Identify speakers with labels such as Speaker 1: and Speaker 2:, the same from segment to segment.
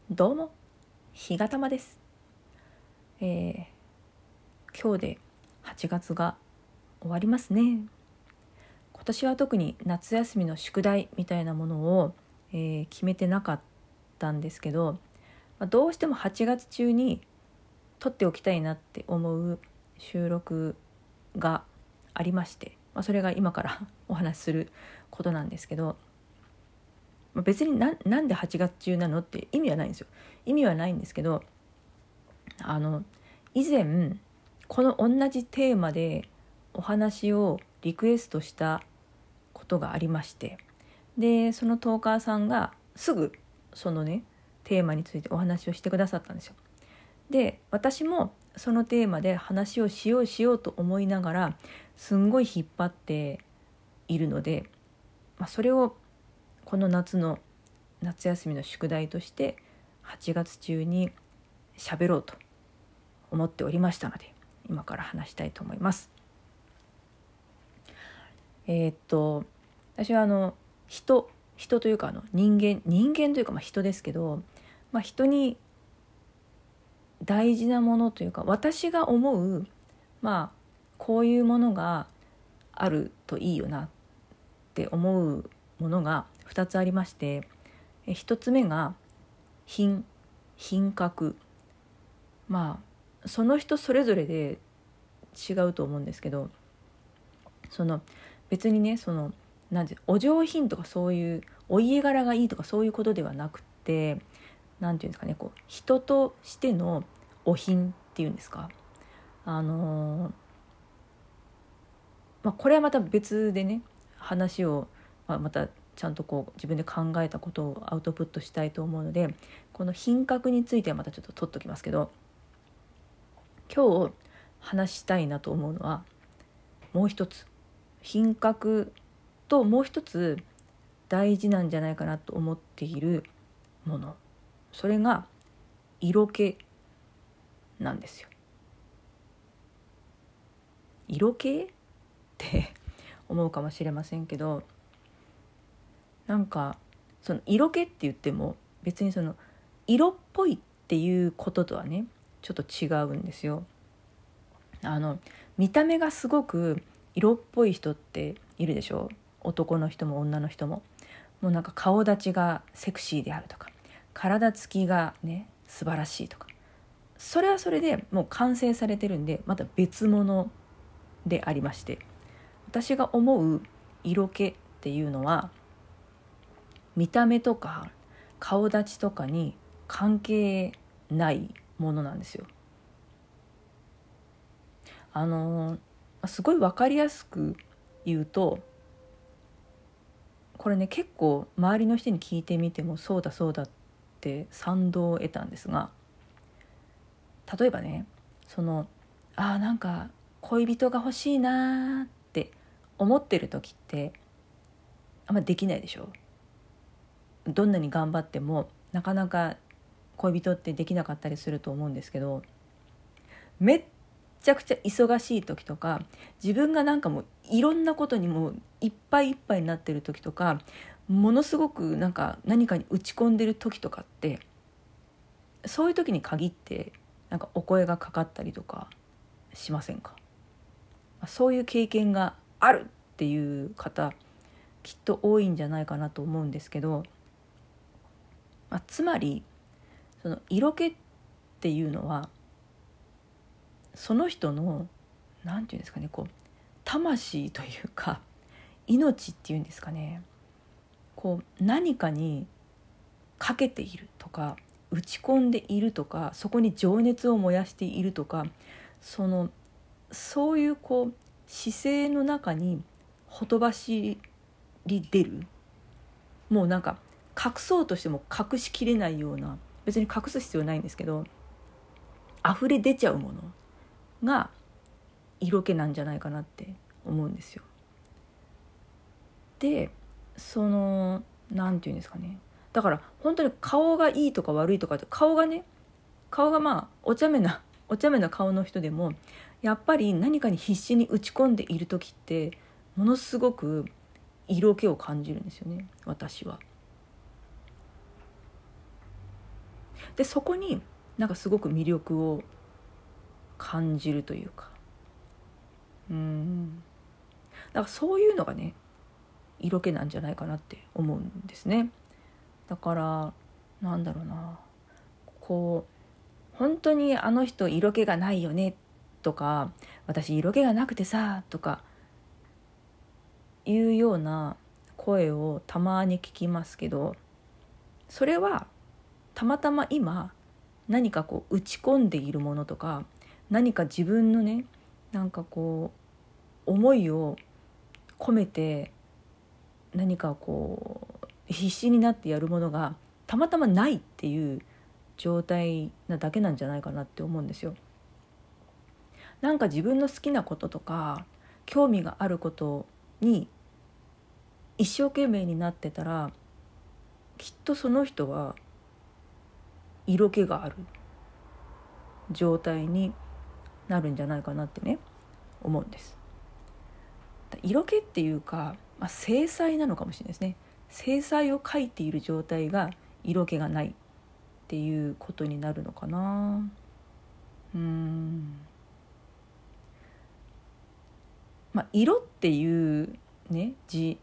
Speaker 1: どうも、ひがたまです。今日で8月が終わりますね。今年は特に夏休みの宿題みたいなものを、決めてなかったんですけど、どうしても8月中に撮っておきたいなって思う収録がありまして、それが今からお話しすることなんですけど、別になんで8月中なのって意味はないんですよ。意味はないんですけど、以前この同じテーマでお話をリクエストしたことがありまして、でそのトーカーさんがすぐそのねテーマについてお話をしてくださったんですよ。で私もそのテーマで話をしようと思いながらすんごい引っ張っているので、それをこの夏休みの宿題として8月中に喋ろうと思っておりましたので、今から話したいと思います。私は人というか人間というか人ですけど、人に大事なものというか、私が思うこういうものがあるといいよなって思うものが2つありまして、1つ目が品格。その人それぞれで違うと思うんですけど、別にねお上品とかそういうお家柄がいいとかそういうことではなくて、なんていうんですかね、人としてのお品っていうんですか、これはまた別でね話を、またちゃんと自分で考えたことをアウトプットしたいと思うので、この品格についてはまたちょっと取っときますけど、今日話したいなと思うのはもう一つ、品格ともう一つ大事なんじゃないかなと思っているもの、それが色気なんですよ。色気って思うかもしれませんけど、その色気って言っても別に色っぽいっていうこととはねちょっと違うんですよ。見た目がすごく色っぽい人っているでしょ。男の人も女の人も。もう顔立ちがセクシーであるとか、体つきがね素晴らしいとか、それはそれでもう完成されてるんでまた別物でありまして、私が思う色気っていうのは見た目とか顔立ちとかに関係ないものなんですよ。すごい分かりやすく言うと、これね結構周りの人に聞いてみてもそうだって賛同を得たんですが、例えばねなんか恋人が欲しいなって思ってる時ってあんまできないでしょ。どんなに頑張ってもなかなか恋人ってできなかったりすると思うんですけど、めっちゃくちゃ忙しい時とか、自分がもういろんなことにもいっぱいいっぱいになってる時とか、ものすごく何かに打ち込んでる時とかって、そういう時に限ってお声がかかったりとかしませんか？そういう経験があるっていう方きっと多いんじゃないかなと思うんですけど、つまりその色気っていうのはその人のなんていうんですかね、魂というか命っていうんですかね、何かにかけているとか打ち込んでいるとか、そこに情熱を燃やしているとか、そういう姿勢の中にほとばしり出る、もう隠そうとしても隠しきれないような、別に隠す必要ないんですけど溢れ出ちゃうものが色気なんじゃないかなって思うんですよ。でなんていうんですかね、だから本当に顔がいいとか悪いとかって、顔がお茶目な顔の人でもやっぱり何かに必死に打ち込んでいる時ってものすごく色気を感じるんですよね、私は。 でそこになんかすごく魅力を感じるというか、だからそういうのがね色気なんじゃないかなって思うんですね。だからなんだろうな、こう本当にあの人色気がないよねとか、私色気がなくてさとかいうような声をたまに聞きますけど、それはたまたま今何かこう打ち込んでいるものとか、何か自分のねなんかこう思いを込めて何かこう必死になってやるものがたまたまないっていう状態なだけなんじゃないかなって思うんですよ。なんか自分の好きなこととか興味があることに一生懸命になってたら、きっとその人は色気がある状態になるんじゃないかなってね思うんです。色気っていうか、精彩なのかもしれないですね。精彩を書いている状態が色気がないっていうことになるのかな。色っていうね字、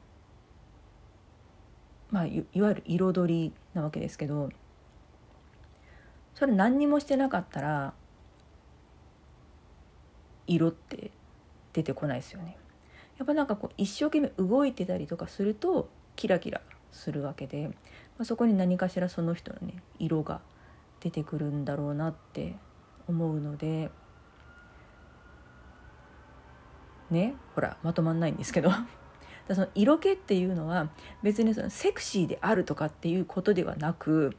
Speaker 1: いわゆる彩りなわけですけど、それ何にもしてなかったら色って出てこないですよね。やっぱなんかこう一生懸命動いてたりとかするとキラキラするわけで、そこに何かしらその人のね色が出てくるんだろうなって思うのでね、ほらまとまんないんですけどその色気っていうのは別にそのセクシーであるとかっていうことではなく、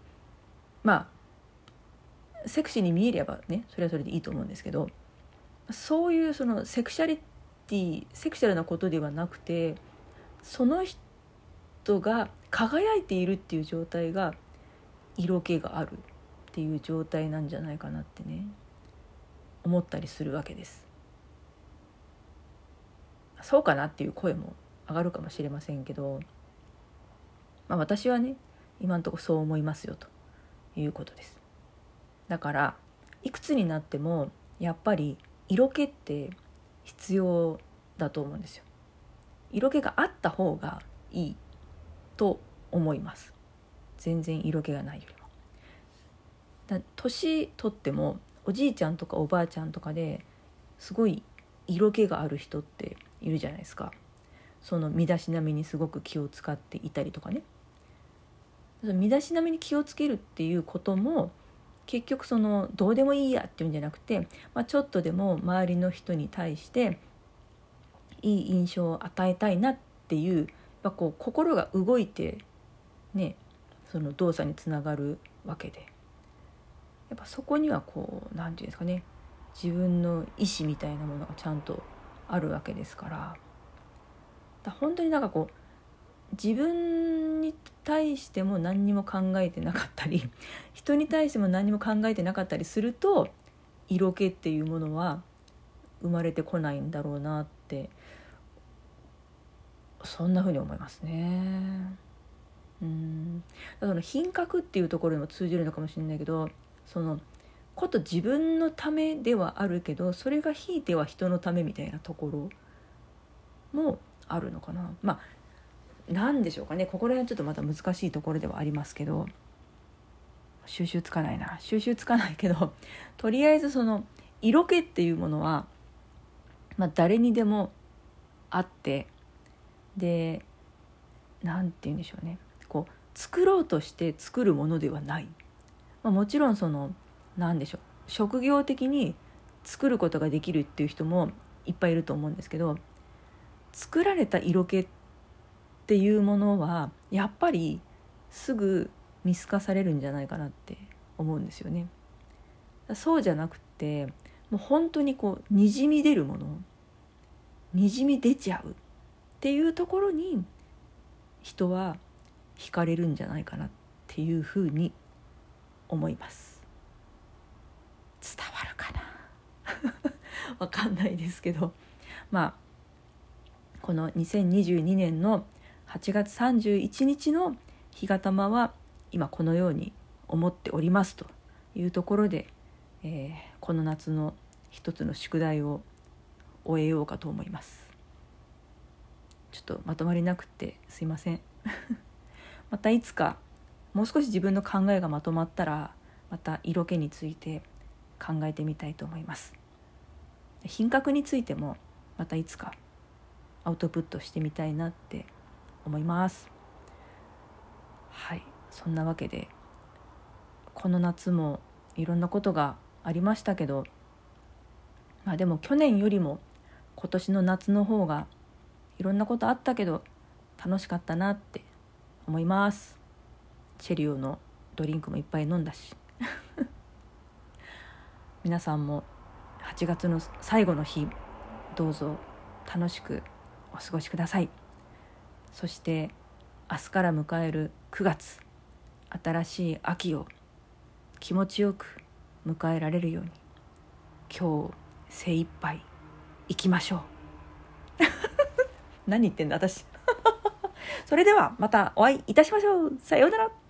Speaker 1: セクシーに見えればねそれはそれでいいと思うんですけど、そういうそのセクシャルなことではなくて、その人が輝いているっていう状態が色気があるっていう状態なんじゃないかなってね思ったりするわけです。そうかなっていう声も上がるかもしれませんけど、私はね今のところそう思いますよということです。だからいくつになってもやっぱり色気って必要だと思うんですよ。色気があった方がいいと思います。全然色気がないよりも。年取ってもおじいちゃんとかおばあちゃんとかですごい色気がある人っているじゃないですか。その身だしなみにすごく気を使っていたりとかね。身だしなみに気をつけるっていうことも結局そのどうでもいいやっていうんじゃなくて、ちょっとでも周りの人に対していい印象を与えたいなっていう、こう心が動いてねその動作につながるわけで、やっぱそこにはこうなんていうんですかね、自分の意志みたいなものがちゃんとあるわけですから、本当になんかこう自分に対しても何にも考えてなかったり人に対しても何にも考えてなかったりすると色気っていうものは生まれてこないんだろうなって、そんな風に思いますね。だから品格っていうところにも通じるのかもしれないけど、そのこと自分のためではあるけどそれがひいては人のためみたいなところもあるのかな。なんでしょうかね、ここら辺ちょっとまた難しいところではありますけど、収集つかないけどとりあえずその色気っていうものは、誰にでもあって、でなんて言うんでしょうね、こう作ろうとして作るものではない、もちろんそのなんでしょう、職業的に作ることができるっていう人もいっぱいいると思うんですけど、作られた色気っていうものはやっぱりすぐ見透かされるんじゃないかなって思うんですよね。そうじゃなくてもう本当にこうにじみ出るもの、にじみ出ちゃうっていうところに人は惹かれるんじゃないかなっていうふうに思います。伝わるかなわかんないですけど、この2022年の8月31日の日がたまは今このように思っておりますというところで、この夏の一つの宿題を終えようかと思います。ちょっとまとまりなくてすいませんまたいつかもう少し自分の考えがまとまったら、また色気について考えてみたいと思います。品格についてもまたいつかアウトプットしてみたいなって思います。はい、そんなわけでこの夏もいろんなことがありましたけど、でも去年よりも今年の夏の方がいろんなことあったけど楽しかったなって思います。チェリオのドリンクもいっぱい飲んだし皆さんも8月の最後の日どうぞ楽しくお過ごしください。そして明日から迎える9月、新しい秋を気持ちよく迎えられるように今日精一杯生きましょう何言ってんだ私それではまたお会いいたしましょう。さようなら。